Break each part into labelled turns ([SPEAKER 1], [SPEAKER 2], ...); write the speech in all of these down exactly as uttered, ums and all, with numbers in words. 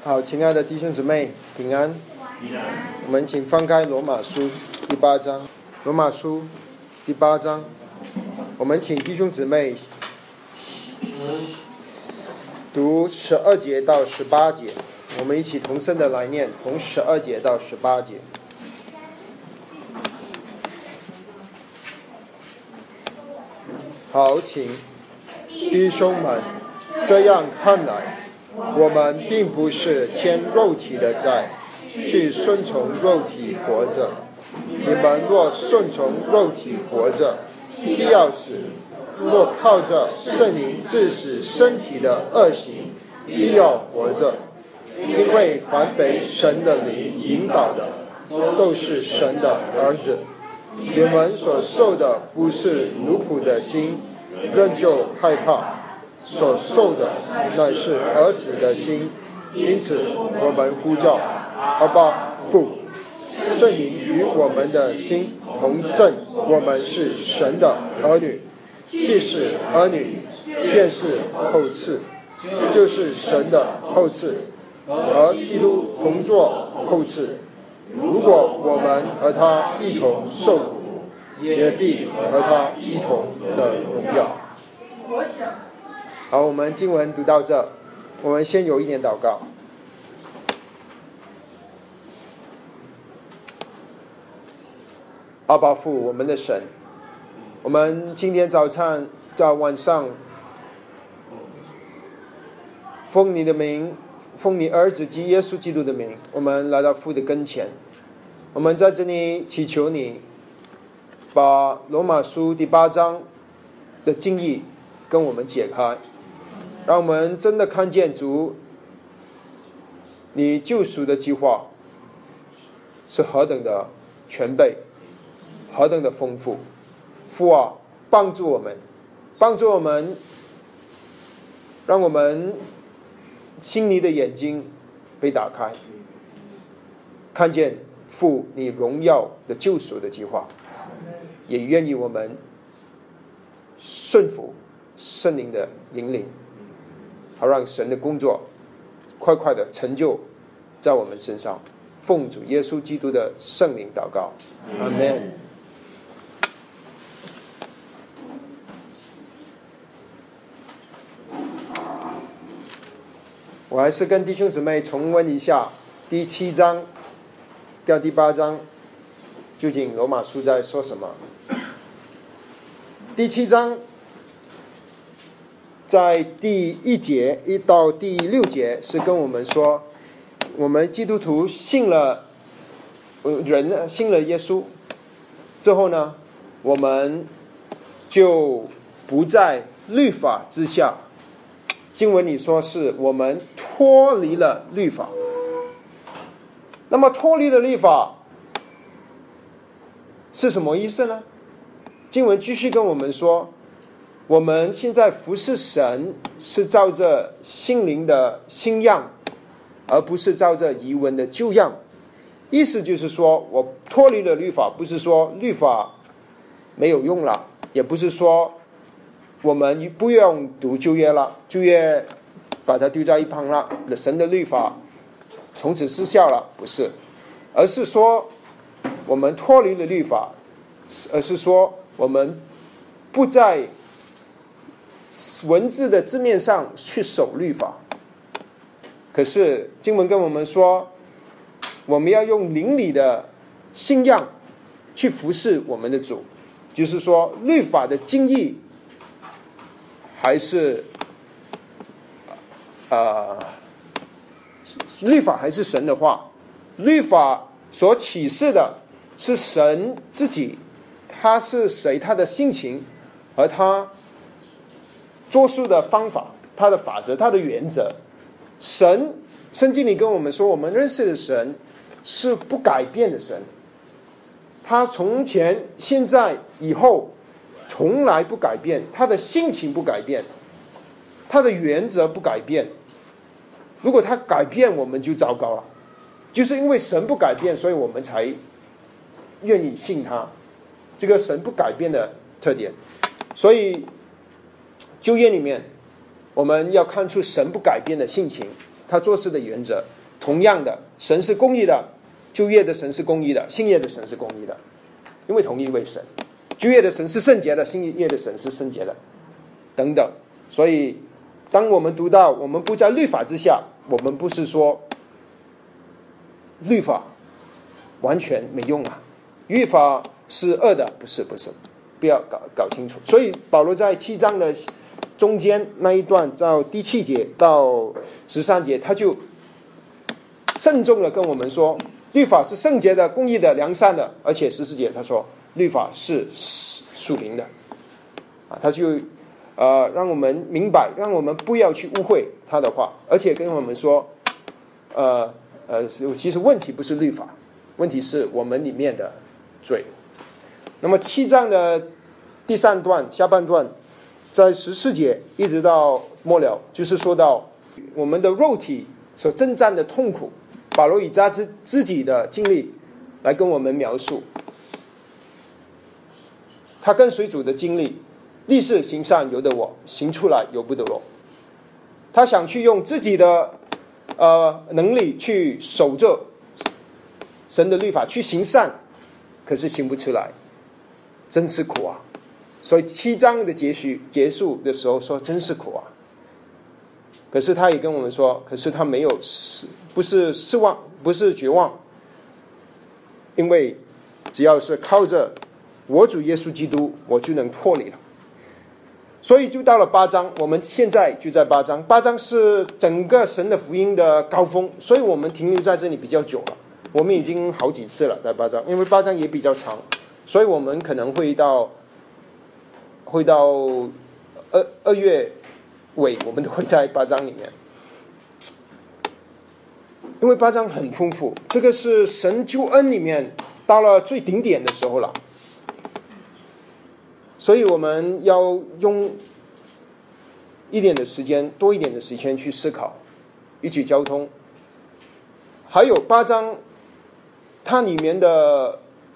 [SPEAKER 1] 好，亲爱的弟兄姊妹，平安。我们请翻开罗马书第八章。罗马书第八章，我们请弟兄姊妹读十二节到十八节，我们一起同声的来念，从十二节到十八节。好，请弟兄们，这样看来，我们并不是欠肉体的债，去顺从肉体活着。你们若顺从肉体活着，必要死；若靠着圣灵治死身体的恶行，必要活着。因为凡被神的灵引导的，都是神的儿子。你们所受的不是奴仆的心，仍旧害怕；所受的乃是儿子的心。因此我们呼叫阿爸父。圣灵与我们的心同证，我们是神的儿女。既是儿女，便是后嗣，就是神的后嗣，和基督同作后嗣。如果我们和他一同受苦，也必和他一同得荣耀。好，我们经文读到这，我们先有一点祷告。阿爸父，我们的神，我们今天早上到晚上，奉你的名，奉你儿子及耶稣基督的名，我们来到父的跟前。我们在这里祈求你，把罗马书第八章的经义跟我们解开，让我们真的看见主你救赎的计划是何等的全备，何等的丰富。父啊，帮助我们，帮助我们，让我们心里的眼睛被打开，看见父你荣耀的救赎的计划，也愿意我们顺服圣灵的引领，好让神的工作快快的成就在我们身上。奉主耶稣基督的圣灵祷告，阿们。我还是跟弟兄姊妹重温一下第七章到第八章究竟罗马书在说什么。第七章在第一节一到第六节是跟我们说，我们基督徒信了人信了耶稣之后呢，我们就不在律法之下。经文里说是我们脱离了律法。那么脱离了律法是什么意思呢？经文继续跟我们说，我们现在服侍神是照着心灵的新样，而不是照着遗文的旧样。意思就是说，我脱离了律法，不是说律法没有用了，也不是说我们不用读旧约了，旧约把它丢在一旁了，神的律法从此失效了，不是，而是说我们脱离了律法，而是说我们不在文字的字面上去守律法。可是经文跟我们说，我们要用灵里的信仰去服侍我们的主，就是说律法的精义还是呃，律法还是神的话，律法所启示的是神自己，他是谁，他的性情和他做事的方法，他的法则，他的原则。神圣经里跟我们说，我们认识的神是不改变的神，他从前现在以后从来不改变，他的性情不改变，他的原则不改变。如果他改变，我们就糟糕了。就是因为神不改变，所以我们才愿意信他，这个神不改变的特点。所以旧约里面我们要看出神不改变的性情，
[SPEAKER 2] 他做事的原则。同样的，神是公义的，旧约的神是公义的，新约的神是公义的，因为同一位神。旧约的神是圣洁的，新约的神是圣洁的，等等。所以当我们读到我们不在律法之下，我们不是说律法完全没用啊，律法是恶的，不是不是，不要搞搞清楚。所以保罗在七章的中间那一段，到第七节到十三节，他就慎重的跟我们说，律法是圣洁的、公义的、良善的，而且十四节他说律法是属灵的啊，他就呃让我们明白，让我们不要去误会他的话，而且跟我们说，呃呃，其实问题不是律法，问题是我们里面的罪。那么七章的第三段下半段，在十四节一直到末了，就是说到我们的肉体所征战的痛苦，保罗以他自自己的经历来跟我们描述他跟随主的经历。立志行善由得我，行出来由不得我。他想去用自己的呃能力去守着神的律法，去行善，可是行不出来，真是苦啊！所以七章的结束结束的时候说，真是苦啊！可是他也跟我们说，可是他没有失，不是失望，不是绝望，因为只要是靠着我主耶稣基督，我就能脱离了。所以就到了八章，我们现在就在八章。八章是整个神的福音的高峰，所以我们停留在这里比较久了。我们已经好几次了在八章，因为八章也比较长，所以我们可能会到会到二二月尾，我们都会在八章里面，因为八章很丰富。这个是神救恩里面到了最顶点的时候了。所以我们要用一点的时间，多一点的时间去思考，一起交通。还有八章，它里面的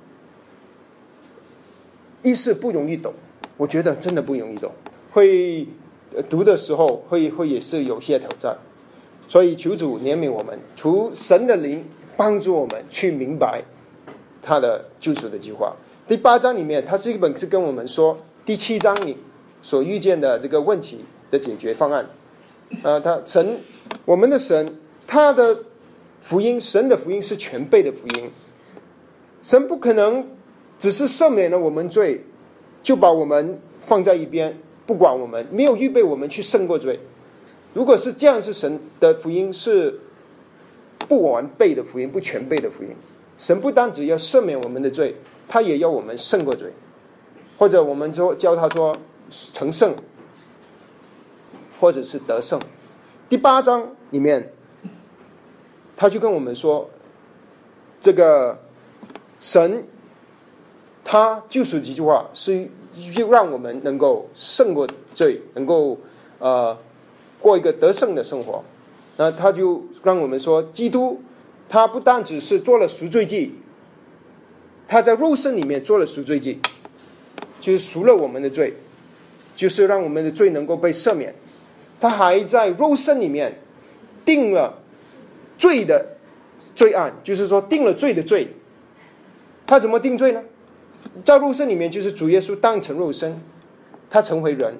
[SPEAKER 2] 意思不容易懂，我觉得真的不容易懂，会读的时候会会也是有些挑战。所以求主怜悯我们，求神的灵帮助我们去明白他的救赎的计划。第八章里面，他基本是跟我们说第七章里所遇见的这个问题的解决方案。呃，他神，我们的神，他的福音，神的福音是全备的福音。神不可能只是赦免了我们罪，就把我们放在一边，不管我们，没有预备我们去胜过罪。如果是这样，是神的福音是不完备的福音，不全备的福音。神不单只要赦免我们的罪，他也要我们胜过罪，或者我们就教他说成圣，或者是得胜。第八章里面，他就跟我们说，这个神他救赎这句话是让我们能够胜过罪，能够呃过一个得胜的生活。那他就让我们说，基督他不单只是做了赎罪祭，他在肉身里面做了赎罪祭，就是赎了我们的罪，就是让我们的罪能够被赦免。他还在肉身里面定了罪的罪案，就是说定了罪的罪。他怎么定罪呢？在肉身里面，就是主耶稣当成肉身，他成为人，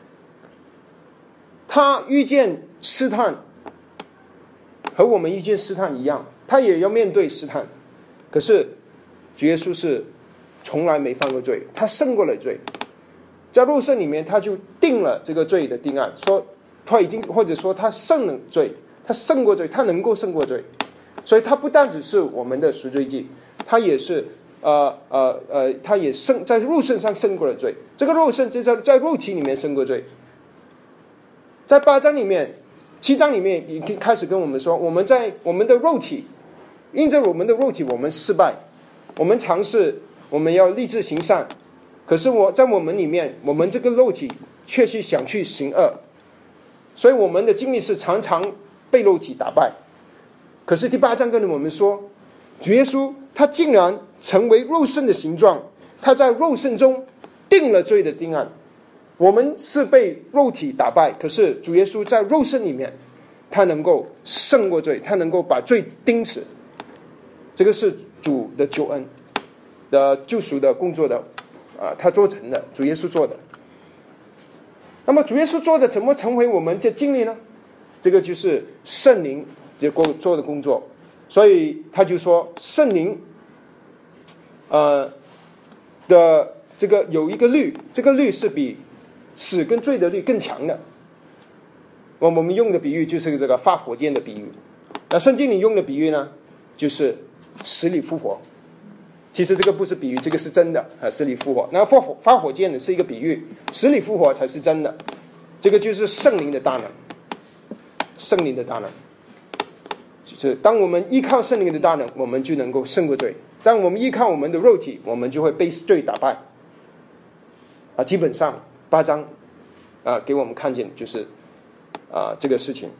[SPEAKER 2] 他遇见试探，和我们遇见试探一样，他也要面对试探。可是主耶稣是从来没犯过罪，他胜过了罪。在肉身里面，他就定了这个罪的定案，说他已经，或者说他胜了罪，他胜过罪，他能够胜过罪。所以他不单只是我们的赎罪祭，他也是呃呃呃，他也胜在肉身上胜过了罪。这个肉身就在在肉体里面胜过罪。在八章里面，七章里面已经开始跟我们说，我们在我们的肉体，因着我们的肉体，我们失败，我们尝试，我们要立志行善，可是我在我们里面，我们这个肉体却是想去行恶，所以我们的经历是常常被肉体打败。可是第八章跟我们说，主耶稣他竟然成为肉身的形状，他在肉身中定了罪的定案。我们是被肉体打败，可是主耶稣在肉身里面， 他能够胜过罪，他能够把罪钉死。这个是主的救恩的救赎的工作的啊，他做成的，主耶稣做的。那么主耶稣做的怎么成为我们的经历呢？这个就是圣灵做的工作。所以他就说圣灵呃的这个有一个律，这个律是比死跟罪的律更强的。我们用的比喻就是这个发火箭的比喻，那圣经里用的比喻呢，就是死里复活。其实这个不是比喻，这个是真的啊，死里复活。那发火发火箭呢是一个比喻，死里复活才是真的。这个就是圣灵的大能，圣灵的大能，就是当我们依靠圣灵的大能，我们就能够胜过罪；当我们依靠我们的肉体，我们就会被罪打败。啊，基本上八章啊给我们看见就是啊这个事情。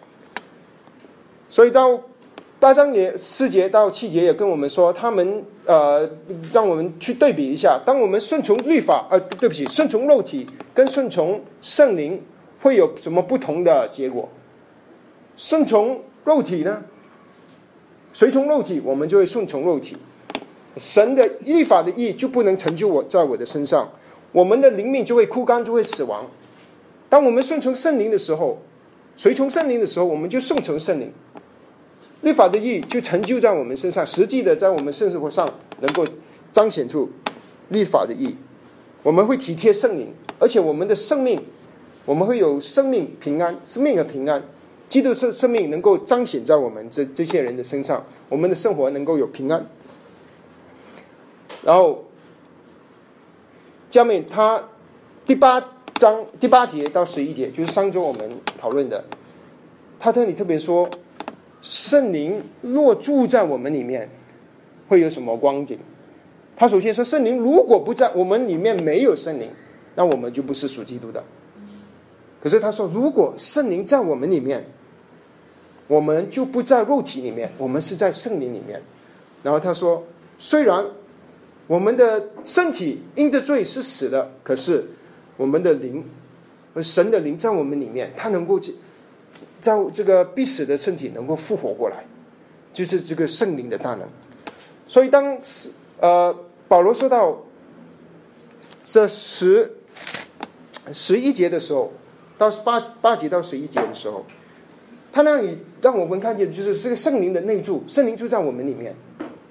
[SPEAKER 2] 所以到八章也四节到七节也跟我们说，他们呃让我们去对比一下，当我们顺从律法，呃对不起，顺从肉体跟顺从圣灵会有什么不同的结果？顺从肉体呢，随从肉体，我们就会顺从肉体。神的律法的义就不能成就我在我的身上，我们的灵命就会枯干，就会死亡。当我们顺从圣灵的时候，随从圣灵的时候，我们就顺从圣灵。律法的义就成就在我们身上，实际的在我们生活上能够彰显出律法的义。我们会体贴圣灵，而且我们的生命，我们会有生命平安，生命的平安。基督的生命能够彰显在我们这这些人的身上，我们的生活能够有平安。然后下面他第八章第八节到十一节，就是上周我们讨论的，他这里特别说，圣灵若住在我们里面，会有什么光景？他首先说，圣灵如果不在我们里面，没有圣灵，那我们就不是属基督的。可是他说，如果圣灵在我们里面，我们就不在肉体里面，我们是在圣灵里面。然后他说，虽然我们的身体因着罪是死的，可是我们的灵，神的灵在我们里面，他能够在这个必死的身体能够复活过来，就是这个圣灵的大能。所以当呃保罗说到这十十一节的时候，到八八节到十一节的时候，他让你让我们看见，就是这个圣灵的内住，圣灵住在我们里面。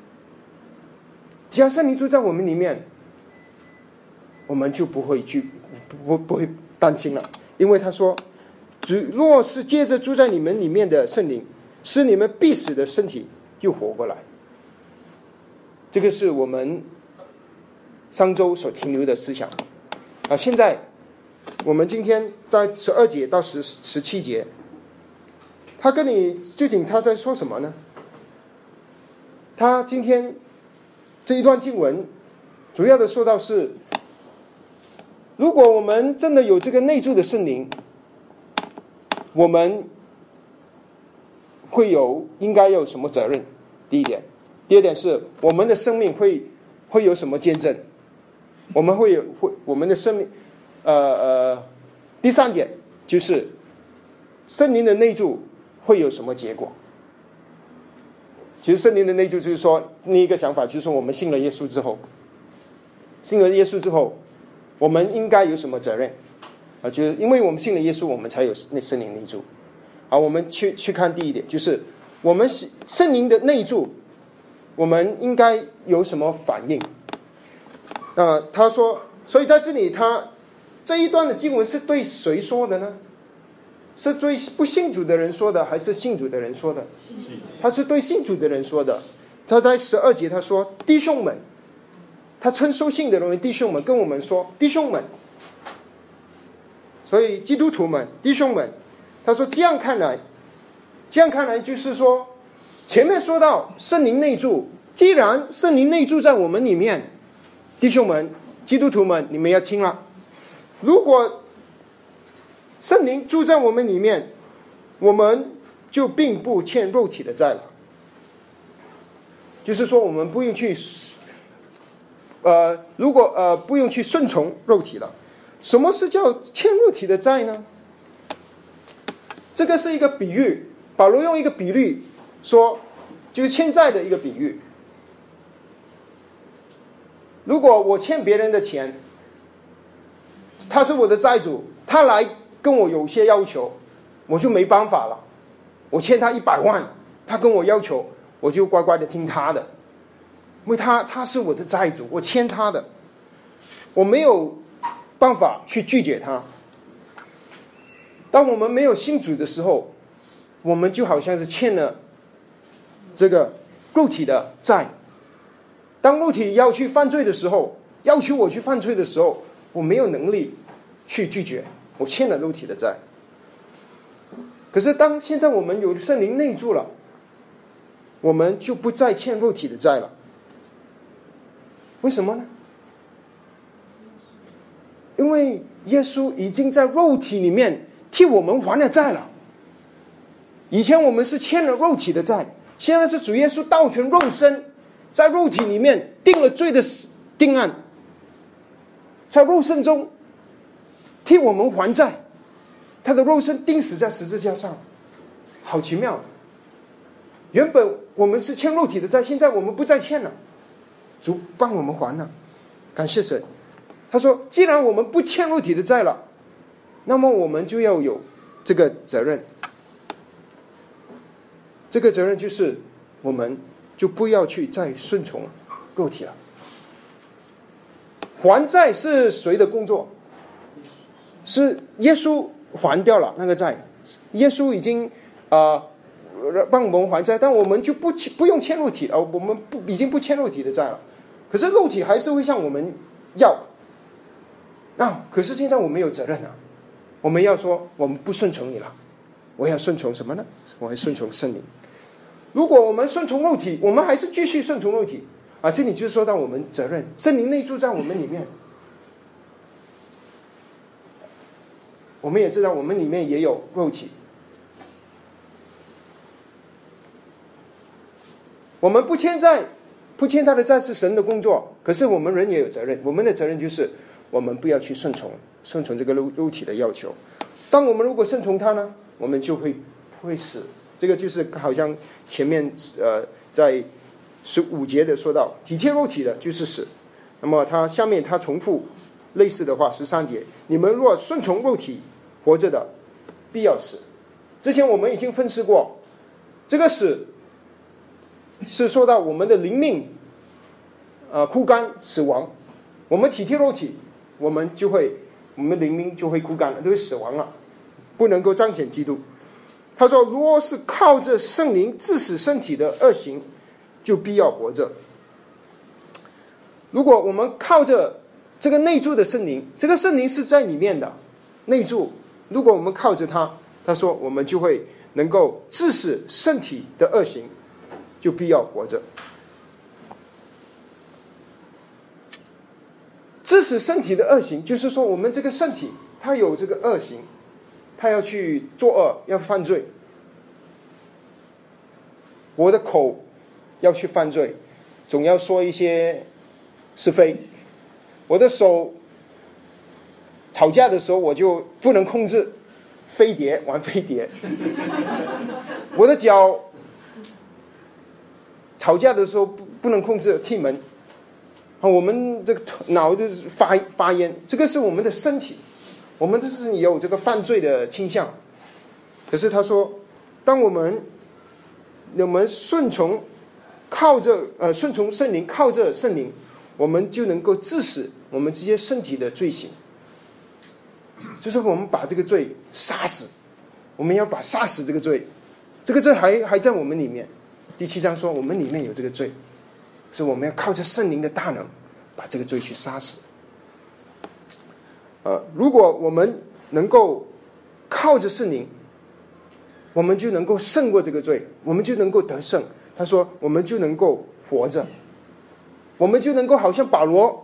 [SPEAKER 2] 只要圣灵住在我们里面，我们就不会去不不会担心了，因为他说，若是接着住在你们里面的圣灵，使你们必死的身体又活过来。这个是我们上周所停留的思想啊。现在我们今天在十二节到十十七节，他跟你究竟他在说什么呢？他今天这一段经文主要的说到是，如果我们真的有这个内住的圣灵，我们会有应该有什么责任？第一点，第二点是我们的生命会会有什么见证？我们会有会我们的生命，呃呃，第三点就是圣灵的内住会有什么结果？其实圣灵的内住就是说，另一个想法就是说，我们信了耶稣之后，信了耶稣之后，我们应该有什么责任？啊，就是因为我们信了耶稣，我们才有那圣灵内住。好，我们去去看第一点，就是我们圣灵的内住，我们应该有什么反应？啊，他说，所以在这里他这一段的经文是对谁说的呢？是对不信主的人说的，还是信主的人说的？他是对信主的人说的。他在十二节他说，弟兄们，他称收信的人为弟兄们，跟我们说，弟兄们。所以基督徒们，弟兄们，他说这样看来，这样看来就是说，前面说到圣灵内住，既然圣灵内住在我们里面，弟兄们，基督徒们，你们要听了，如果圣灵住在我们里面，我们就并不欠肉体的债了。就是说，我们不用去，呃，如果呃不用去顺从肉体了。什么是叫欠肉体的债呢？ 这个是一个比喻，保罗用一个比喻说，就是欠债的一个比喻。如果我欠别人的钱，他是我的债主，他来跟我有些要求，我就没办法了。我欠他一百万，他跟我要求，我就乖乖的听他的，因为他他是我的债主，我欠他的，我没有办法去拒绝他。当我们没有信主的时候，我们就好像是欠了这个肉体的债。当肉体要去犯罪的时候，要求我去犯罪的时候，我没有能力去拒绝，我欠了肉体的债。可是当现在我们有圣灵内住了，我们就不再欠肉体的债了。为什么呢？因为耶稣已经在肉体里面替我们还了债了。以前我们是欠了肉体的债，现在是主耶稣道成肉身，在肉体里面定了罪的定案，在肉身中替我们还债。他的肉身钉死在十字架上，好奇妙。原本我们是欠肉体的债，现在我们不再欠了，主帮我们还了，感谢神。他说既然我们不欠肉体的债了，那么我们就要有这个责任。这个责任就是我们就不要去再顺从肉体了。还债是谁的工作？是耶稣还掉了那个债，耶稣已经啊、呃、帮我们还债，但我们就不不用欠肉体了，我们不已经不欠肉体的债了。可是肉体还是会向我们要，那可是现在我们有责任了，我们要说我们不顺从你了，我要顺从什么呢？我要顺从圣灵。如果我们顺从肉体，我们还是继续顺从肉体啊，这里就说到我们责任，圣灵内住在我们里面。我们也知道我们里面也有肉体，我们不欠债，不欠他的债是神的工作，可是我们人也有责任。我们的责任就是我们不要去顺从顺从这个肉肉体的要求。当我们如果顺从他呢，我们就会会死。这个就是好像前面呃在十五节的说到，体贴肉体的就是死。那么他下面他重复类似的话，十三节，你们若顺从肉体活着的，必要死。之前我们已经分析过，这个死是说到我们的灵命呃枯干死亡。我们体贴肉体，我们就会我们灵命就会枯干了，就会死亡了，不能够彰显基督。他说若是靠着圣灵致死身体的恶行，就必要活着。如果我们靠着这个内住的圣灵，这个圣灵是在里面的内住，如果我们靠着它，他说我们就会能够致死身体的恶行，就必要活着。致死身体的恶行，就是说我们这个身体它有这个恶行，他要去作恶，要犯罪。我的口要去犯罪，总要说一些是非。我的手吵架的时候我就不能控制，飞碟玩飞碟。我的脚吵架的时候不不能控制，踢门。我们这个脑就是发发炎，这个是我们的身体。我们这是有这个犯罪的倾向，可是他说，当我们我们顺从，靠着呃顺从圣灵，靠着圣灵，我们就能够致死我们这些身体的罪行，就是我们把这个罪杀死，我们要把杀死这个罪，这个罪还还在我们里面。第七章说我们里面有这个罪，是我们要靠着圣灵的大能把这个罪去杀死。呃，如果我们能够靠着圣灵，我们就能够胜过这个罪，我们就能够得胜。他说我们就能够活着，我们就能够好像保罗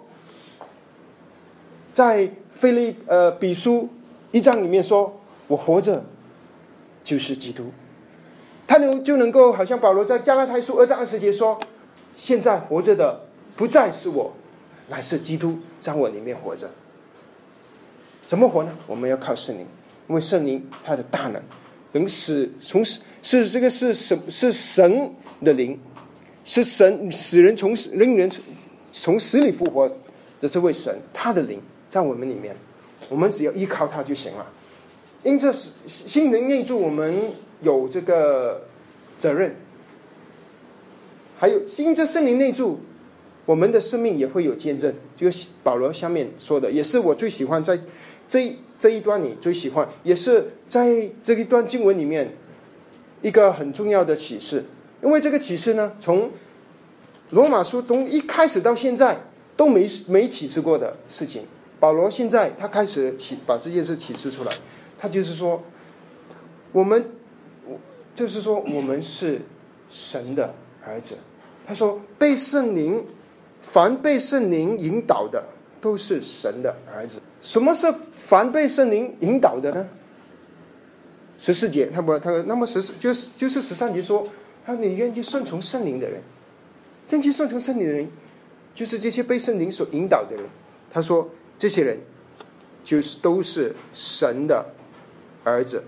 [SPEAKER 2] 在腓立呃比书一章里面说，我活着就是基督。他能就能够好像保罗在加拉太书二章二十节说，现在活着的不再是我，乃是基督在我里面活着。怎么活呢？我们要靠圣灵，因为圣灵他的大能能使从是这个是神是神的灵，是神使人从令人从死里复活的这位神，他的灵在我们里面，我们只要依靠他就行了。因这心灵内住，我们有这个责任，还有因这圣灵内住，我们的生命也会有见证。就是保罗下面说的，也是我最喜欢在这这一段里最喜欢，也是在这一段经文里面一个很重要的启示。因为这个启示呢，从罗马书从一开始到现在都没没启示过的事情，保罗现在他开始启把这件事启示出来。他就是说，我们就是说我们是神的儿子。他说，被圣灵，凡被圣灵引导的，都是神的儿子。什么是凡被圣灵引导的呢？十四节，他不，他那么十四就是就是十三节说，他你愿意顺从圣灵的人，愿意顺从圣灵的人，就是这些被圣灵所引导的人。他说，这些人就是都是神的儿子。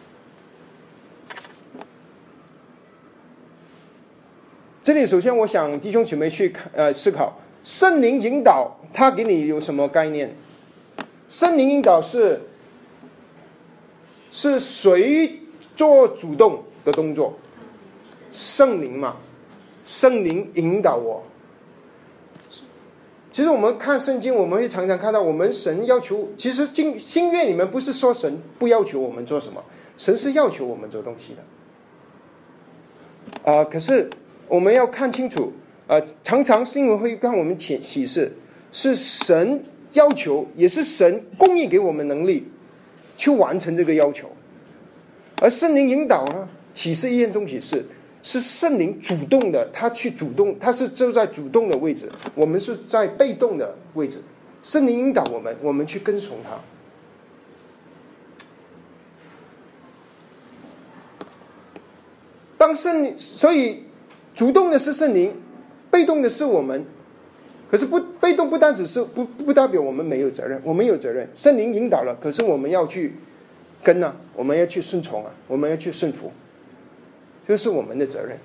[SPEAKER 2] 这里首先我想弟兄姊妹去呃思考，圣灵引导他给你有什么概念？圣灵引导是是谁做主动的动作？圣灵嘛，圣灵引导我。其实我们看圣经，我们会常常看到，我们神要求，其实经新约里面不是说神不要求我们做什么，神是要求我们做东西的。啊、呃，可是我们要看清楚，呃，常常新闻会让我们启启示，是神要求，也是神供应给我们能力去完成这个要求。而圣灵引导呢，启示一言中启示。是圣灵主动的，他去主动，他是就在主动的位置，我们是在被动的位置。圣灵引导我们，我们去跟从他。当圣灵，所以主动的是圣灵，被动的是我们。可是不被动不单只是不不代表我们没有责任，我们有责任。圣灵引导了，可是我们要去跟啊，我们要去顺从啊，我们要去顺服。这是我们的责任。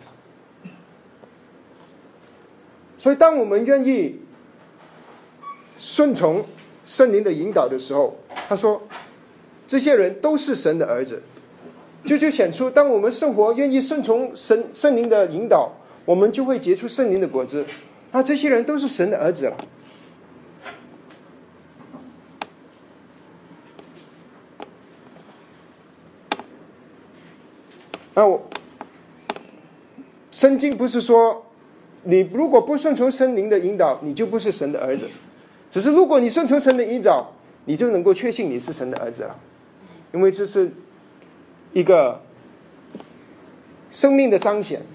[SPEAKER 2] 所以当我们愿意顺从圣灵的引导的时候，他说这些人都是神的儿子，就就显出当我们生活愿意顺从神圣灵的引导，我们就会结出圣灵的果子。那这些人都是神的儿子了。那我圣经不是说你如果不顺从圣灵的引导，你就不是神的儿子。只是如果你顺从神的引导，你就能够确信你是神的儿子了，因为这是一个生命的彰显。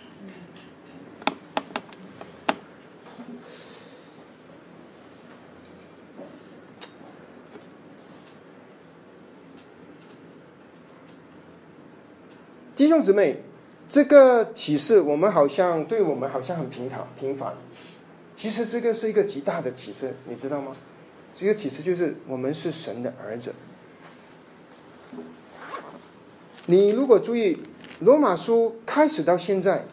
[SPEAKER 2] 弟兄姊妹，这个启示我们好像对我们好像很平常平凡，其实这个是一个极大的启示，你知道吗？这个启示就是我们是神的儿子。你如果注意罗马书开始到现在，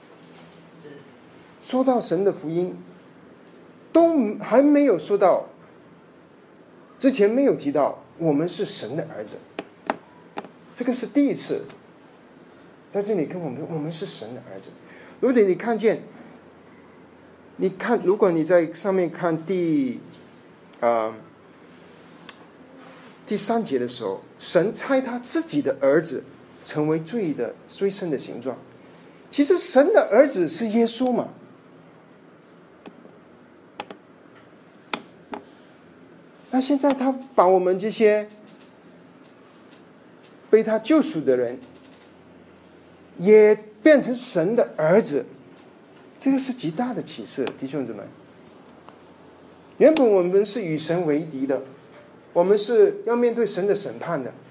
[SPEAKER 2] 说到神的福音，都还没有说到，之前没有提到我们是神的儿子，这个是第一次。在这里跟我们，我们是神的儿子。如果你看见，你看，如果你在上面看第，呃，第三节的时候，神差他自己的儿子成为罪的罪身的形状。其实神的儿子是耶稣嘛。那现在他把我们这些被他救赎的人也变成神的儿子，这个是极大的启示，弟兄姊妹。原本我们是与神为敌的，我们是要面对神的审判的，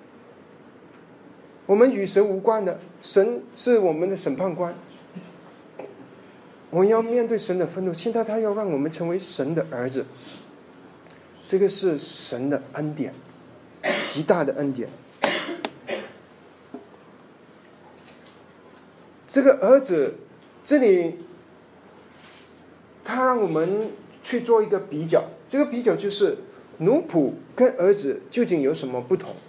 [SPEAKER 2] 我们与神无关的，神是我们的审判官，我们要面对神的愤怒。现在他要让我们成为神的儿子，这个是神的恩典，极大的恩典。 这个儿子，这里他让我们去做一个比较，这个比较就是奴仆跟儿子究竟有什么不同。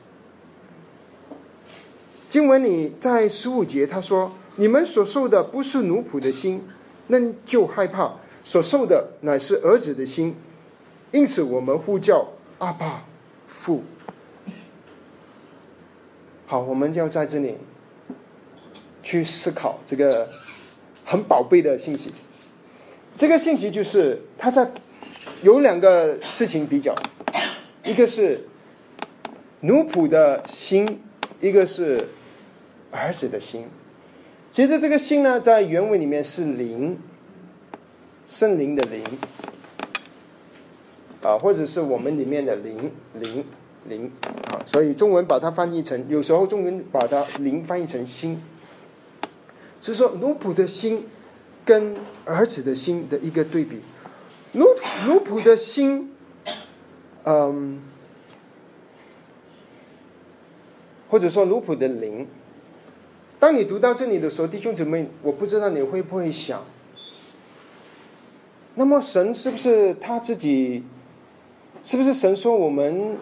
[SPEAKER 2] 经文里在十五节他说，你们所受的不是奴仆的心，那就害怕，所受的乃是儿子的心，因此我们呼叫阿爸父。好，我们要在这里去思考这个很宝贝的信息。这个信息就是他在有两个事情比较，一个是奴仆的心，一个是儿子的心。其实这个心呢，在原文里面是灵，圣灵的灵啊，或者是我们里面的灵灵灵啊，所以中文把它翻译成，有时候中文把它灵翻译成心，就是说奴仆的心跟儿子的心的一个对比。奴奴仆的心，嗯，或者说奴仆的灵。当你读到这里的时候，弟兄姊妹，我不知道你会不会想，那么神是不是他自己，是不是神说我们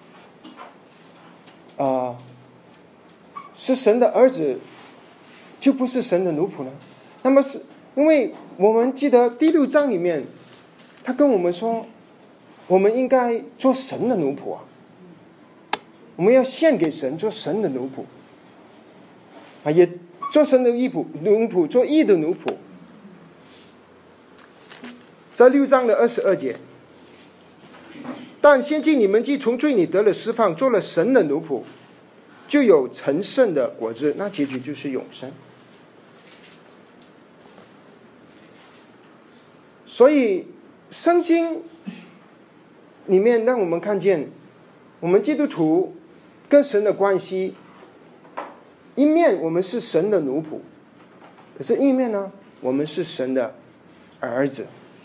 [SPEAKER 2] 啊、呃、是神的儿子，就不是神的奴仆呢？那么是因为我们记得第六章里面，他跟我们说，我们应该做神的奴仆啊，我们要献给神，做神的奴仆啊，也做神的义仆奴仆，做义的奴仆。在六章的二十二节，但先进你们既从罪里得了释放，做了神的奴仆，就有成圣的果子，那结局就是永生。所以圣经里面让我们看见，我们基督徒跟神的关系，一面我们是神的奴仆，可是一面呢，我们是神的儿子。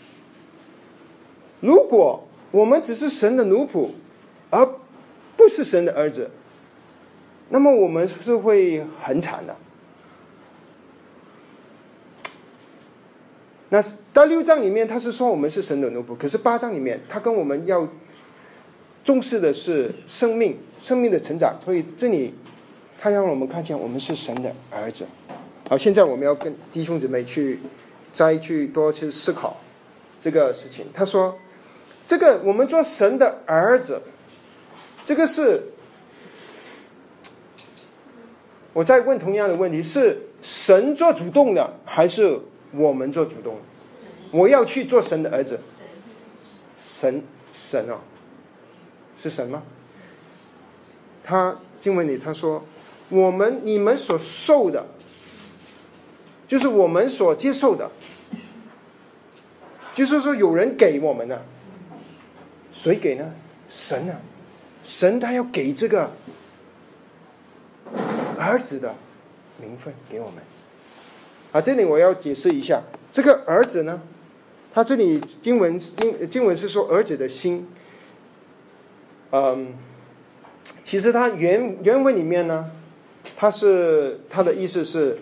[SPEAKER 2] 如果我们只是神的奴仆，而不是神的儿子，那么我们是会很惨的。那在六章里面他是说我们是神的奴仆，可是八章里面他跟我们要重视的是生命生命的成长，所以这里他让我们看见我们是神的儿子。好，现在我们要跟弟兄姊妹去再去多去思考这个事情。他说这个我们做神的儿子，这个是我在问同样的问题，是神做主动的还是我们做主动？我要去做神的儿子，神神哦，是神吗？他经文里他说，我们你们所受的，就是我们所接受的，就是说有人给我们的，谁给呢？神啊，神他要给这个儿子的名分给我们。啊，这里我要解释一下，这个儿子呢，他这里经文经经文是说儿子的心，嗯，其实他原原文里面呢，他是他的意思是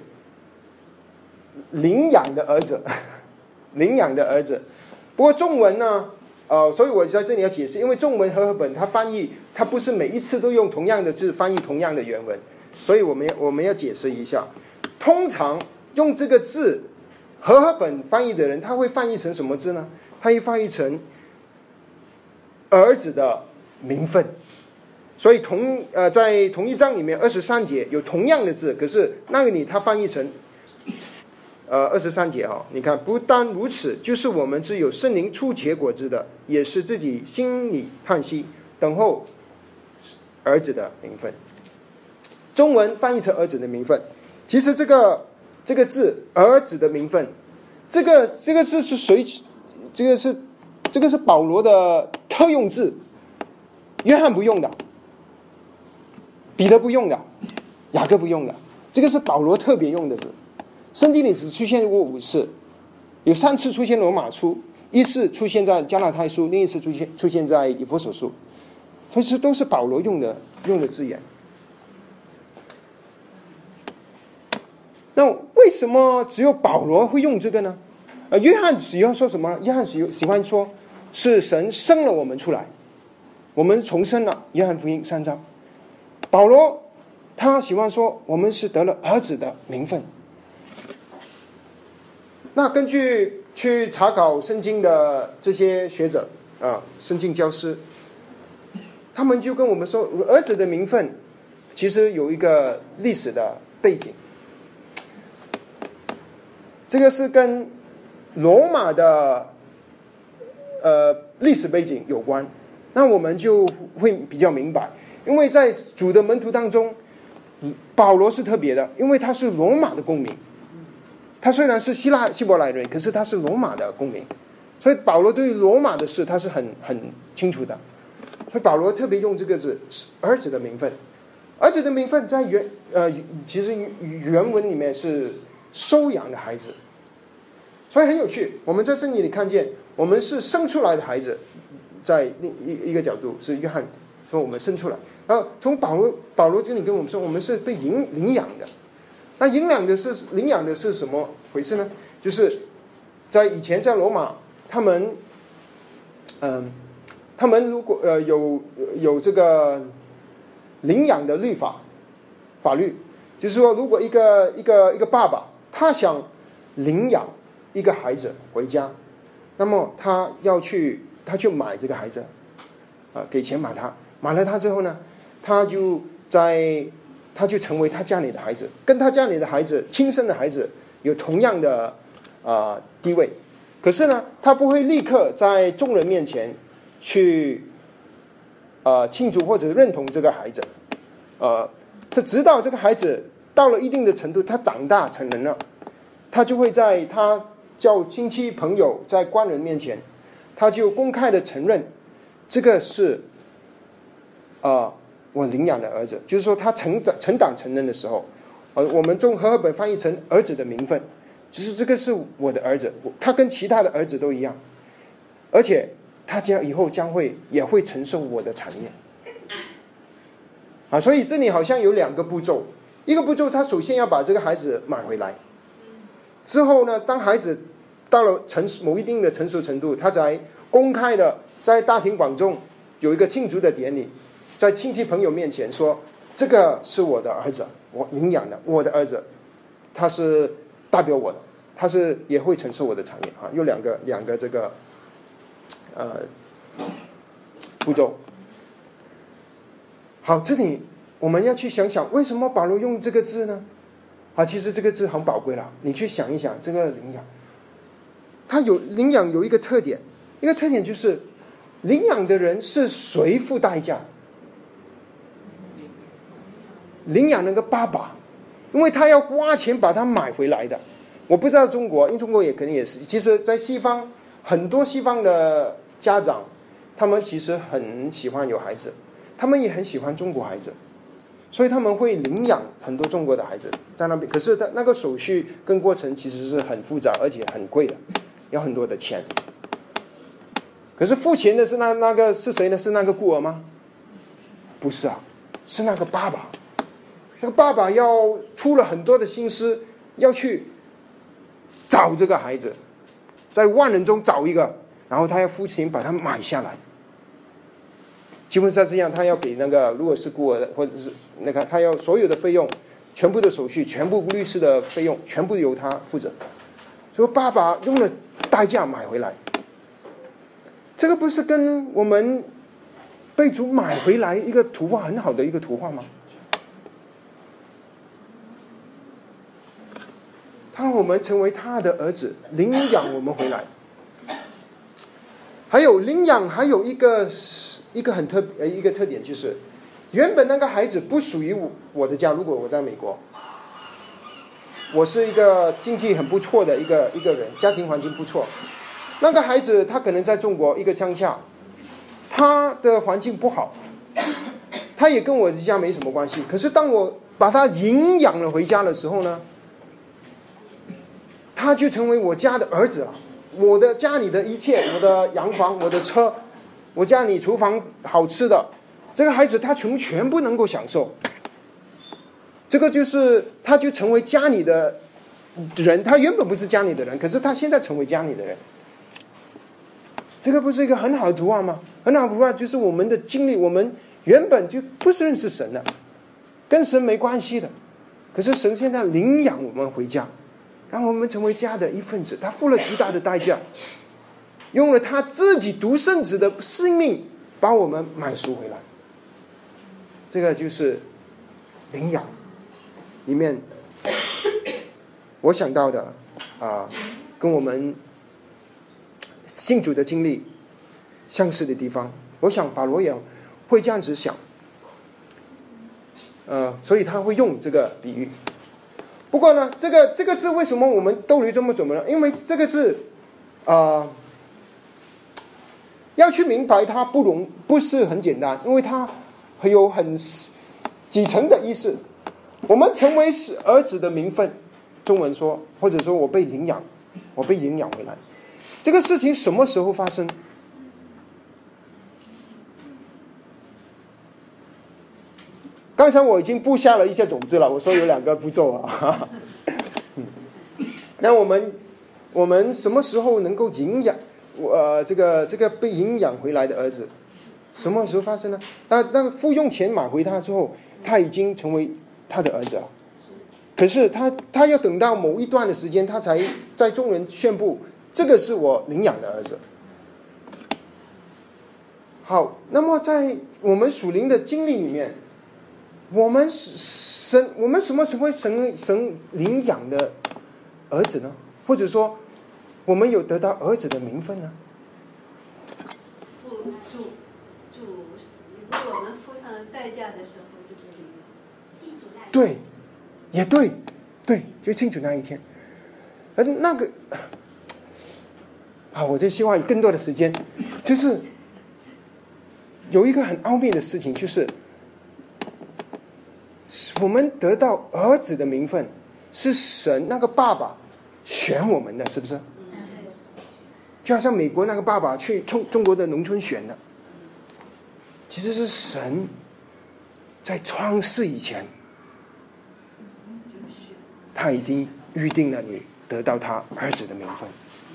[SPEAKER 2] 领养的儿子，领养的儿子。不过中文呢，呃，所以我在这里要解释，因为中文和合本它翻译，它不是每一次都用同样的字翻译同样的原文，所以我们我们要解释一下。通常用这个字和合本翻译的人，他会翻译成什么字呢？他会翻译成儿子的名分。所以同呃在同一章里面二十三节有同样的字，可是那个里他翻译成呃二十三节啊、哦，你看，不但如此，就是我们只有圣灵初结果子的，也是自己心里叹息，等候儿子的名分。中文翻译成儿子的名分，其实这个这个字儿子的名分，这个这个字是谁？这个是这个是保罗的特用字，约翰不用的，彼得不用的，雅各不用的，这个是保罗特别用的字。圣经里只出现过五次，有三次出现罗马书，一次出现在加拉太书，另一次出现出现在以弗所书，所以这都是保罗用的用的字眼。那为什么只有保罗会用这个呢？呃，约翰喜欢说什么？约翰喜喜欢说是神生了我们出来，我们重生了。约翰福音三章。保罗他喜欢说我们是得了儿子的名分。那根据去查考圣经的这些学者啊，圣经教师，他们就跟我们说，儿子的名分其实有一个历史的背景。这个是跟罗马的呃历史背景有关，那我们就会比较明白。因为在主的门徒当中，保罗是特别的，因为他是罗马的公民。他虽然是希腊希伯来人，可是他是罗马的公民，所以保罗对于罗马的事他是很很清楚的。所以保罗特别用这个字，儿子的名分。儿子的名分在原呃其实原文里面是收养的孩子，所以很有趣。我们在圣经里看见，我们是生出来的孩子，在另一一个角度是约翰说我们生出来，然后从保罗保罗这里跟我们说，我们是被领领养的。那领养的是领养的是什么回事呢？就是在以前在罗马，他们嗯、呃，他们如果呃有有这个领养的律法法律，就是说，如果一个一个一个爸爸他想领养一个孩子回家，那么他要去他去买这个孩子，啊、呃，给钱买他，买了他之后呢，他就在他就成为他家里的孩子，跟他家里的孩子亲生的孩子有同样的啊、呃、地位。可是呢，他不会立刻在众人面前去呃庆祝或者认同这个孩子，呃，这直到这个孩子到了一定的程度，他长大成人了，他就会在他叫亲戚朋友在官人面前，他就公开的承认这个是啊。呃我领养的儿子，就是说他成长成长成人的时候，呃，我们中和合本翻译成儿子的名分，就是这个是我的儿子，他跟其他的儿子都一样，而且他将以后将会也会承受我的产业，啊，所以这里好像有两个步骤，一个步骤他首先要把这个孩子买回来，之后呢，当孩子到了成某一定的成熟程度，他才公开的在大庭广众有一个庆祝的典礼。在亲戚朋友面前说，这个是我的儿子，我领养的，我的儿子，他是代表我的，他是也会承受我的产业啊。有两个两个这个呃步骤。好，这里我们要去想想，为什么保罗用这个字呢？啊，其实这个字很宝贵了，你去想一想，这个领养，它有领养有一个特点，一个特点就是领养的人是谁付代价？领养那个爸爸，因为他要花钱把他买回来的。我不知道中国，因为中国也肯定也是。其实，在西方，很多西方的家长，他们其实很喜欢有孩子，他们也很喜欢中国孩子，所以他们会领养很多中国的孩子在那边。可是，他那个手续跟过程其实是很复杂，而且很贵的，要很多的钱。可是付钱的是那那个是谁呢？是那个孤儿吗？不是啊，是那个爸爸。这个爸爸要出了很多的心思，要去找这个孩子，在万人中找一个，然后他要付钱把他买下来。基本上这样，他要给那个如果是孤儿的，或者是那个他要所有的费用，全部的手续，全部律师的费用，全部由他负责。所以爸爸用了代价买回来，这个不是跟我们被主买回来一个图画很好的一个图画吗？他让我们成为他的儿子，领养我们回来。还有领养，还有一个一个很特呃一个特点就是，原本那个孩子不属于我我的家。如果我在美国，我是一个经济很不错的一个一个人，家庭环境不错。那个孩子他可能在中国一个乡下，他的环境不好，他也跟我的家没什么关系。可是当我把他领养了回家的时候呢，他就成为我家的儿子了。我的家里的一切，我的洋房，我的车，我家里厨房好吃的，这个孩子他全全部能够享受。这个就是他就成为家里的人，他原本不是家里的人，可是他现在成为家里的人。这个不是一个很好的图画吗？很好的图画就是我们的经历，我们原本就不是认识神的，跟神没关系的，可是神现在领养我们回家，让我们成为家的一份子。他付了极大的代价，用了他自己独生子的生命把我们买赎回来。这个就是领养里面我想到的啊，跟我们信主的经历相似的地方。我想保罗也会这样子想，呃，所以他会用这个比喻。不过呢，这个这个字为什么我们兜里这么准呢？因为这个字啊、呃，要去明白它不容不是很简单，因为它有很几层的意思。我们成为儿子的名分，中文说，或者说我被领养，我被领养回来，这个事情什么时候发生？刚才我已经布下了一些种子了，我说有两个步骤啊。那我们我们什么时候能够领养呃这个这个被领养回来的儿子？什么时候发生呢？那那个付用钱买回他之后，他已经成为他的儿子了。可是他他要等到某一段的时间，他才在众人宣布这个是我领养的儿子。好，那么在我们属灵的经历里面，我们神我们什么时候会神神领养的儿子呢？或者说我们有得到儿子的名分呢？
[SPEAKER 3] 主主主为我们付上代价的时候，就被领养。信主那一天。
[SPEAKER 2] 对，也对，对，就信主那一天。而那个啊，我就希望有更多的时间，就是有一个很奥秘的事情，就是我们得到儿子的名分，是神那个爸爸选我们的，是不是？就好像美国那个爸爸去中中国的农村选的，其实是神在创世以前，他已经预定了你得到他儿子的名分。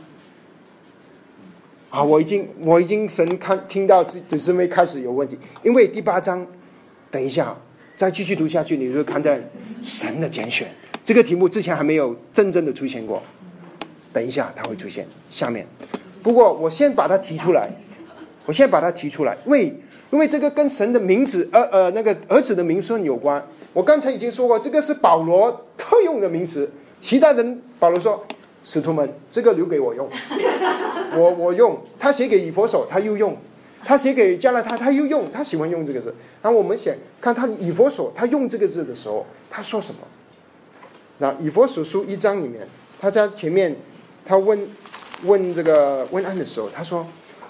[SPEAKER 2] 啊，我已经我已经神看听到只是没开始有问题，因为第八章，等一下再继续读下去，你就会看到神的拣选这个题目之前还没有真正的出现过，等一下它会出现下面。不过我先把它提出来，我先把它提出来，因为因为这个跟神的名字呃呃那个儿子的名分有关。我刚才已经说过，这个是保罗特用的名词，其他人保罗说使徒们这个留给我用，我我用。他写给以弗所他又用，他写给加拉太他又用，他喜欢用这个字。然后我们想看他以弗所他用这个字的时候他说什么。那以弗所书一章里面，他在前面他问问这个问安的时候，他说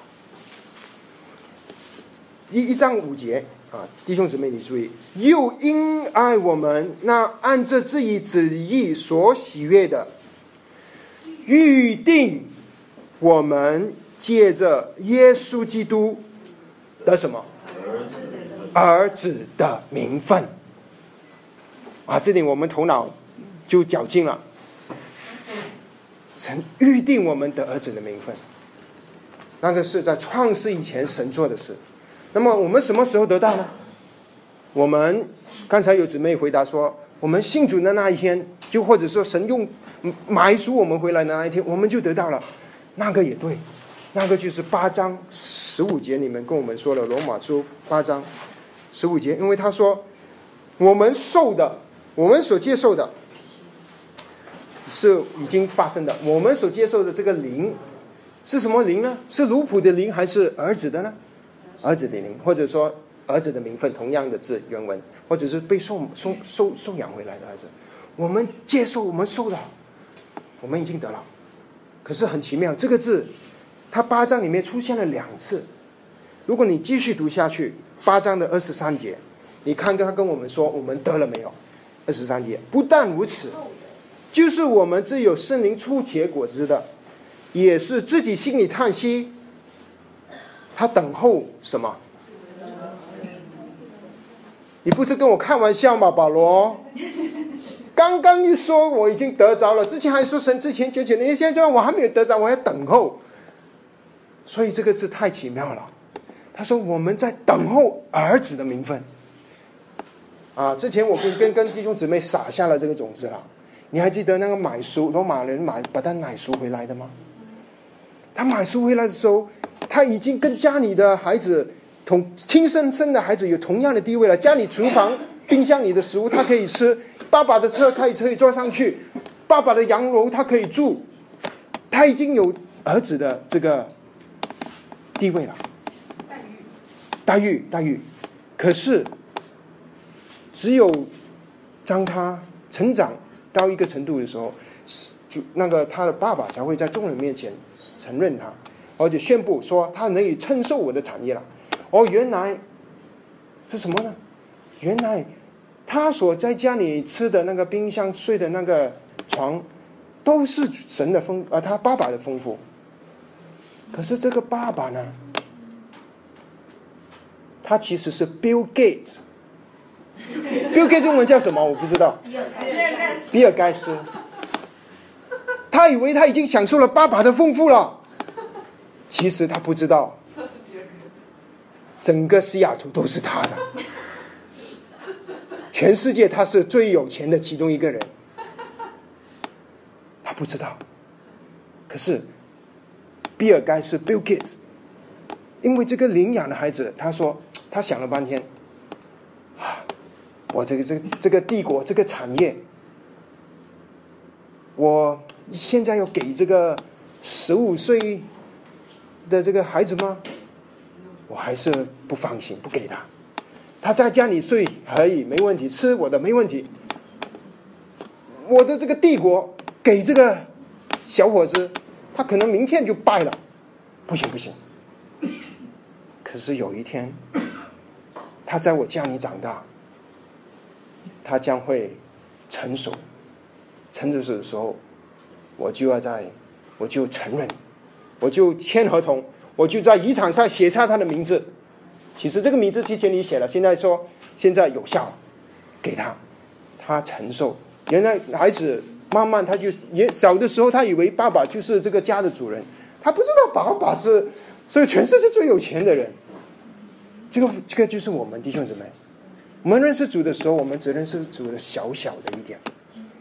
[SPEAKER 2] 一一章五节啊，弟兄姊妹你注意，又因爱我们，那按着自己旨意所喜悦的，预定我们借着耶稣基督的什么儿子的名分啊，这里我们头脑就绞尽了。神预定我们的儿子的名分，那个是在创世以前神做的事。那么我们什么时候得到呢？我们刚才有姊妹回答说，我们信主的那一天，就或者说神用买赎我们回来的那一天，我们就得到了。那个也对，那个就是八章十五节里面跟我们说了，罗马书八章十五节，因为他说我们受的，我们所接受的是已经发生的，我们所接受的这个灵是什么灵呢？是奴仆的灵还是儿子的呢？儿子的灵，或者说儿子的名分，同样的字原文，或者是被受受受受养回来的儿子。我们接受，我们受了，我们已经得了。可是很奇妙，这个字它八章里面出现了两次。如果你继续读下去，八章的二十三节，你看他跟我们说我们得了没有？二十三节不但如此，就是我们自有圣灵初结果子的，也是自己心里叹息，他等候什么？你不是跟我开玩笑吗，保罗？ 刚刚又说我已经得着了，之前还说神之前九九年，现在我还没有得着，我要等候。所以这个字太奇妙了。他说我们在等候儿子的名分啊！之前我跟跟跟弟兄姊妹撒下了这个种子了。你还记得那个买赎罗马人买把他买赎回来的吗？他买赎回来的时候，他已经跟家里的孩子同亲生生的孩子有同样的地位了。家里厨房冰箱里的食物他可以吃，爸爸的车可以可以坐上去，爸爸的洋楼他可以住，他已经有儿子的这个地位了。待遇待遇，可是只有当他成长到一个程度的时候，就那个他的爸爸才会在众人面前承认他，而且宣布说他能以承受我的产业了。哦，原来是什么呢？原来他所在家里吃的那个冰箱、睡的那个床，都是神的丰，呃，他爸爸的丰富。可是这个爸爸呢？他其实是 Bill Gates。Bill Gates 中文叫什么？我不知道。比尔盖茨。他以为他已经享受了爸爸的丰富了，其实他不知道，整个西雅图都是他的，全世界他是最有钱的其中一个人，他不知道。可是比尔盖茨 Bill Gates 因为这个领养的孩子，他说他想了半天，啊，我这个这个这个帝国这个产业，我现在要给这个十五岁的这个孩子吗？我还是不放心，不给他。他在家里睡可以没问题，吃我的没问题。我的这个帝国给这个小伙子，他可能明天就败了，不行不行。可是有一天，他在我家里长大，他将会成熟。成熟的时候，我就要在，我就承认，我就签合同，我就在遗产上写下他的名字。其实这个名字之前你写了，现在说现在有效，给他，他承受。原来孩子慢慢他就也小的时候，他以为爸爸就是这个家的主人，他不知道爸爸是是全世界最有钱的人。这个这个就是我们弟兄姊妹，我们认识主的时候，我们只认识主的小小的一点。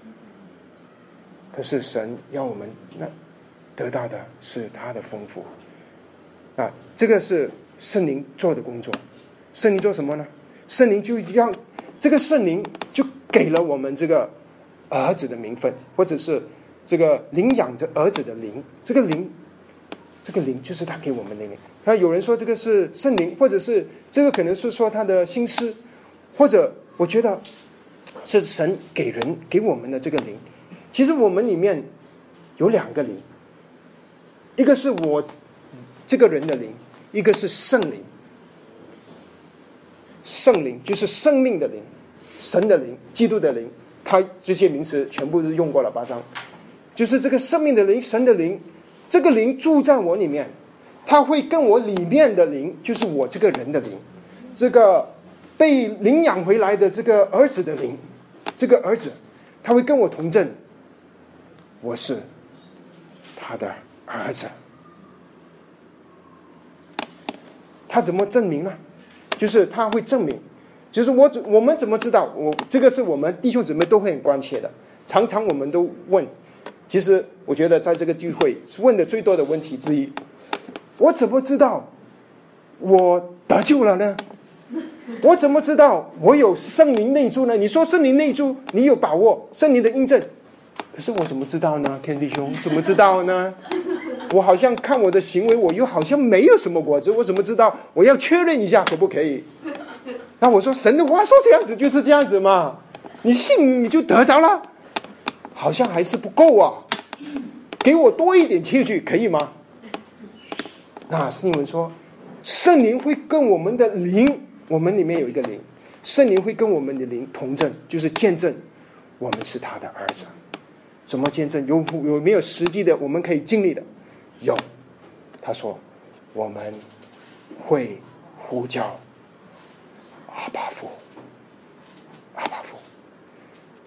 [SPEAKER 2] 可是神要我们那得到的是他的丰富啊！这个是圣灵做的工作。圣灵做什么呢？圣灵就让这个圣灵就给了我们这个儿子的名分，或者是这个领养着儿子的灵。这个灵，这个灵就是他给我们的灵。那有人说这个是圣灵，或者是这个可能是说他的心思，或者我觉得是神给人给我们的这个灵。其实我们里面有两个灵，一个是我这个人的灵，一个是圣灵。圣灵就是生命的灵，神的灵，基督的灵，他这些名词全部是用过了八章。就是这个生命的灵，神的灵，这个灵住在我里面，他会跟我里面的灵，就是我这个人的灵，这个被领养回来的这个儿子的灵，这个儿子他会跟我同证，我是他的儿子。他怎么证明呢？就是他会证明，就是我我们怎么知道？我这个是我们弟兄姊妹都会很关切的，常常我们都问。其实我觉得在这个聚会问的最多的问题之一，我怎么知道我得救了呢？我怎么知道我有圣灵内住呢？你说圣灵内住，你有把握圣灵的印证，可是我怎么知道呢？天弟兄怎么知道呢？我好像看我的行为，我又好像没有什么果子，我怎么知道？我要确认一下可不可以？那我说神的话说这样子就是这样子嘛，你信你就得着了，好像还是不够啊，给我多一点器具可以吗？那圣经说圣灵会跟我们的灵，我们里面有一个灵，圣灵会跟我们的灵同证，就是见证我们是他的儿子。怎么见证？有有没有实际的我们可以经历的？有。他说我们会呼叫阿爸父，阿爸父。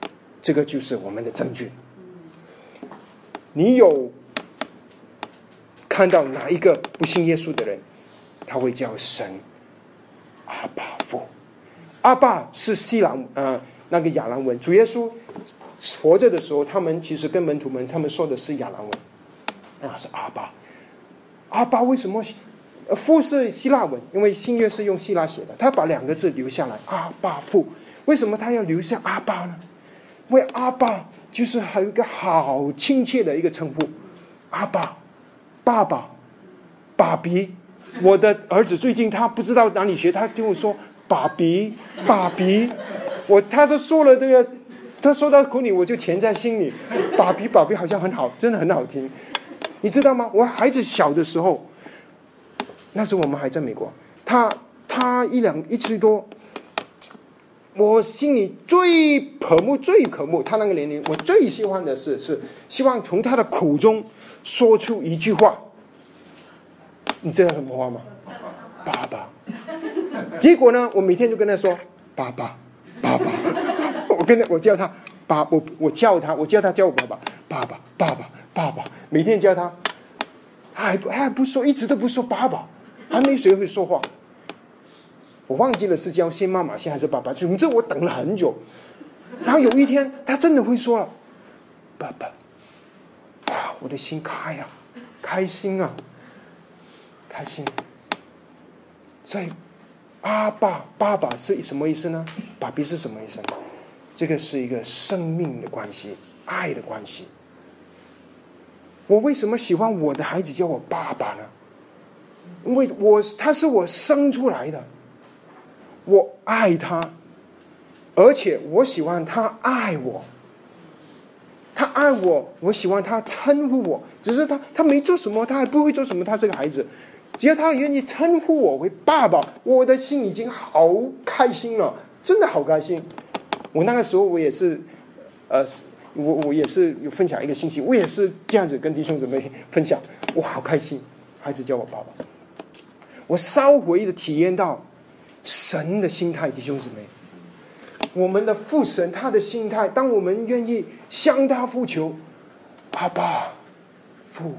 [SPEAKER 2] 这个就是我们的证据。你有看到哪一个不信耶稣的人，他会叫神阿爸父？阿爸是希腊呃那个亚兰文，主耶稣活着的时候，他们其实跟门徒们他们说的是亚兰文，啊是阿爸。阿爸为什么？父是希腊文，因为新约是用希腊写的，他把两个字留下来，阿爸父。为什么他要留下阿爸呢？因为阿爸就是还有一个好亲切的一个称呼，阿爸，爸爸，爸比。我的儿子最近他不知道哪里学，他跟我说爸比，爸比，我他都说了这个，他说到口里我就甜在心里，爸比爸比好像很好，真的很好听。你知道吗？我孩子小的时候，那时候我们还在美国，他他一两一岁多，我心里最渴慕最渴慕他那个年龄，我最喜欢的是是希望从他的口中说出一句话。你知道什么话吗？爸爸。结果呢，我每天就跟他说爸爸爸爸，我跟他我叫他爸，我我叫他我叫他叫我爸爸爸爸爸爸爸爸，每天叫他，他还他还不说，一直都不说爸爸，还没学会说话。我忘记了是叫先妈妈先还是爸爸，总之我等了很久，然后有一天他真的会说了爸爸，哇，我的心开啊，开心啊，开心。所以阿爸爸爸是什么意思呢？爸比是什么意思呢？这个是一个生命的关系，爱的关系。我为什么喜欢我的孩子叫我爸爸呢？因为我他是我生出来的，我爱他，而且我喜欢他爱我，他爱我，我喜欢他称呼我。只是他他没做什么，他还不会做什么，他是个孩子，只要他愿意称呼我为爸爸，我的心已经好开心了，真的好开心。我那个时候我也是呃我我也是有分享一个信息，我也是这样子跟弟兄姊妹分享，我好开心，孩子叫我爸爸。我稍微的体验到神的心态，弟兄姊妹，我们的父神他的心态，当我们愿意向他呼求阿爸父，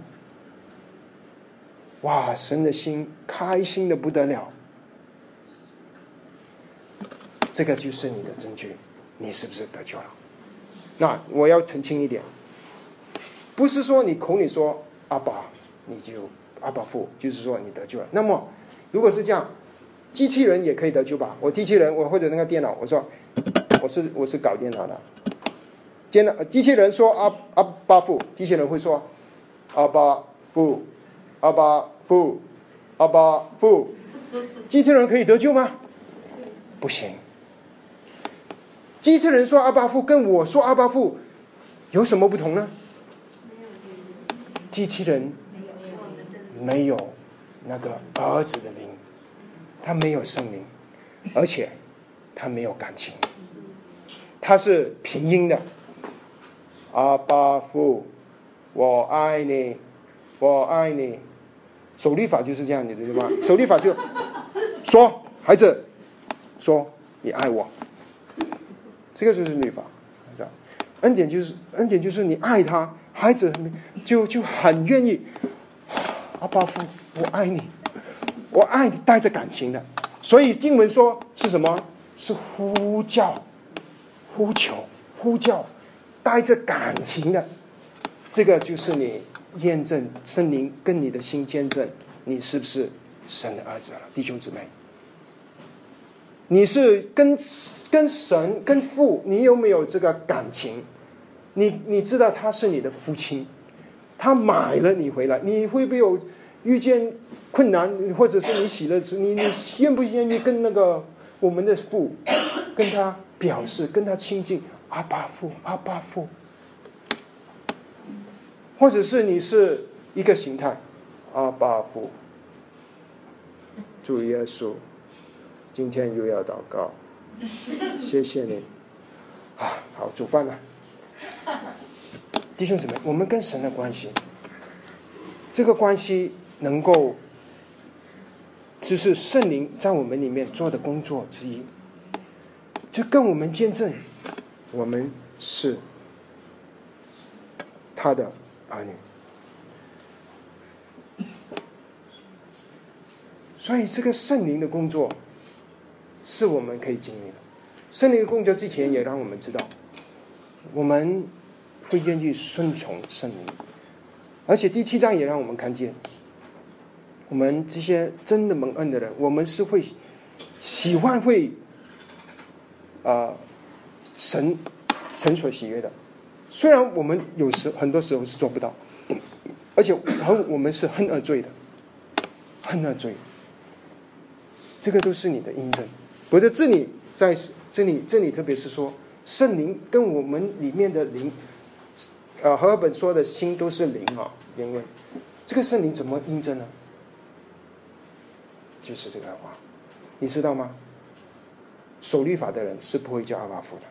[SPEAKER 2] 哇，神的心开心的不得了。这个就是你的证据，你是不是得救了？那我要澄清一点，不是说你口里说阿爸你就阿爸父，就是说你得救了。那么如果是这样，机器人也可以得救吧？我机器人，我或者那个电脑，我说我是我是搞电脑的，电脑机器人说阿阿爸父，机器人会说阿爸父阿爸父阿爸父，机器人可以得救吗？不行。机器人说阿爸父跟我说阿爸父有什么不同呢？机器人没有那个儿子的灵，他没有圣灵，而且他没有感情，他是平音的，阿爸父我爱你我爱你。守律法就是这样，你知道吗？守律法就说孩子说你爱我，这个就是律法。恩典就是恩典就是你爱他，孩子就就很愿意，阿爸父我爱你我爱你，带着感情的。所以经文说是什么？是呼叫呼求呼叫，带着感情的。这个就是你验证圣灵跟你的心见证你是不是神的儿子了。弟兄姊妹，你是跟跟神跟父，你有没有这个感情？你你知道他是你的父亲，他买了你回来，你会不会有遇见困难，或者是你喜乐时，你你愿不愿意跟那个我们的父跟他表示，跟他亲近？阿爸父阿爸父。或者是你是一个形态，阿爸父，主耶稣，今天又要祷告，谢谢你啊，好煮饭了。弟兄姊妹，我们跟神的关系，这个关系能够只是圣灵在我们里面做的工作之一，就跟我们见证我们是他的儿女。所以这个圣灵的工作是我们可以经历的。圣灵的工作之前也让我们知道，我们会愿意顺从圣灵，而且第七章也让我们看见，我们这些真的蒙恩的人，我们是会喜欢会啊、呃、神神所喜悦的。虽然我们有时很多时候是做不到，而且我们是恨恶罪的，恨恶罪，这个都是你的印证。不是这里在这里这里特别是说圣灵跟我们里面的灵，呃，和合本说的心都是灵啊，因为这个圣灵怎么印证呢？就是这个话，你知道吗？守律法的人是不会叫阿爸父的。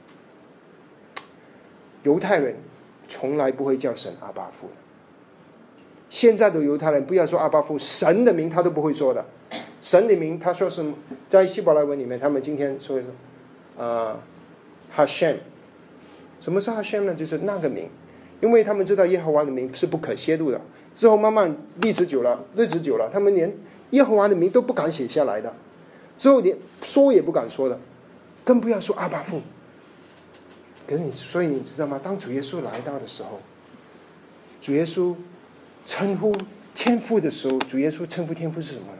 [SPEAKER 2] 犹太人从来不会叫神阿爸父的。现在的犹太人不要说阿爸父，神的名他都不会说的。神的名他说是在希伯来文里面，他们今天说呃哈sem。什么是哈sem呢？就是那个名，因为他们知道耶和华的名是不可亵渎的。之后慢慢历史久了，日子久了，他们连耶和华的名都不敢写下来的，之后连说也不敢说的，更不要说阿爸父。可是你，所以你知道吗？当主耶稣来到的时候，主耶稣称呼天父的时候，主耶稣称呼天父是什么呢？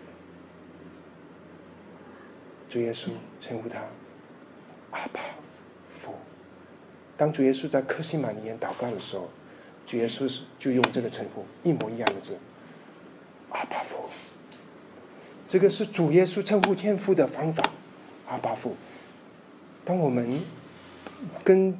[SPEAKER 2] 主耶稣称呼他阿爸父。当主耶稣在客西马尼园祷告的时候，主耶稣就用这个称呼，一模一样的字，阿爸父。这个是主耶稣称呼天父的方法，阿爸父。当我们跟，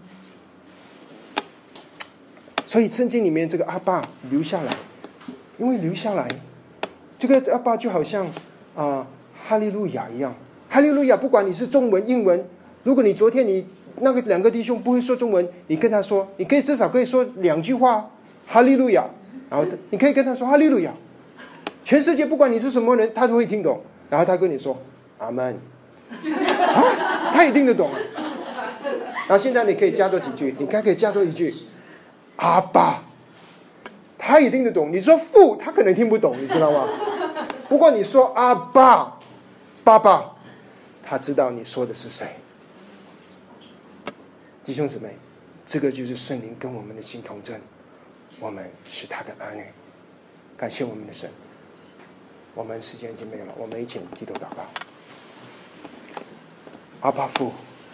[SPEAKER 2] 所以圣经里面这个阿爸留下来，因为留下来，这个阿爸就好像啊、呃、哈利路亚一样。哈利路亚，不管你是中文英文，如果你昨天你那个两个弟兄不会说中文，你跟他说，你可以至少可以说两句话哈利路亚，然后你可以跟他说哈利路亚，全世界不管你是什么人，他都会听懂。然后他跟你说阿门，啊，他也听得懂啊。然后现在你可以加多几句，你还可以加多一句阿爸，他也听得懂。你说父，他可能听不懂，你知道吗？不过你说阿爸，爸爸，他知道你说的是谁。弟兄姊妹，这个就是圣灵跟我们的心同证，我们是他的儿女。感谢我们的神。我们时间已经没有了，我们一起低头祷告。阿爸父，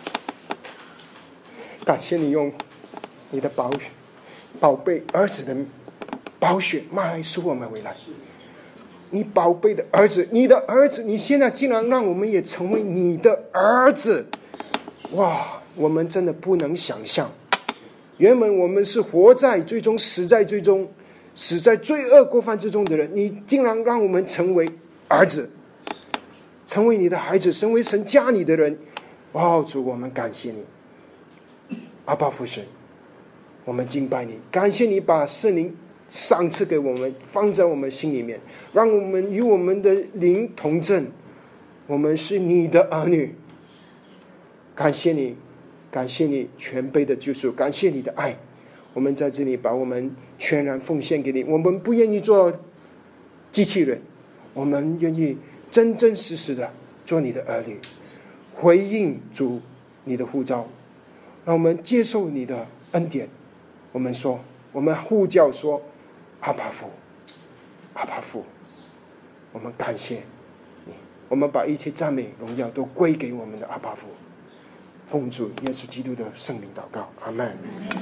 [SPEAKER 2] 感谢你用你的宝血宝贝儿子的宝血买赎我们回来。你宝贝的儿子，你的儿子，你现在竟然让我们也成为你的儿子，哇！我们真的不能想象，原本我们是活在最终死在最终死在罪恶过犯之中的人，你竟然让我们成为儿子，成为你的孩子，成为神家里的人。哇！主，我们感谢你，阿爸父神，我们敬拜你，感谢你把圣灵赏赐给我们，放在我们心里面，让我们与我们的灵同证，我们是你的儿女。感谢你，感谢你全备的救赎，感谢你的爱。我们在这里把我们全然奉献给你，我们不愿意做机器人，我们愿意真真实实的做你的儿女，回应主你的呼召，让我们接受你的恩典。我们说，我们呼叫说阿爸父，阿爸父，我们感谢你，我们把一切赞美荣耀都归给我们的阿爸父。奉主耶稣基督的圣名祷告，阿们。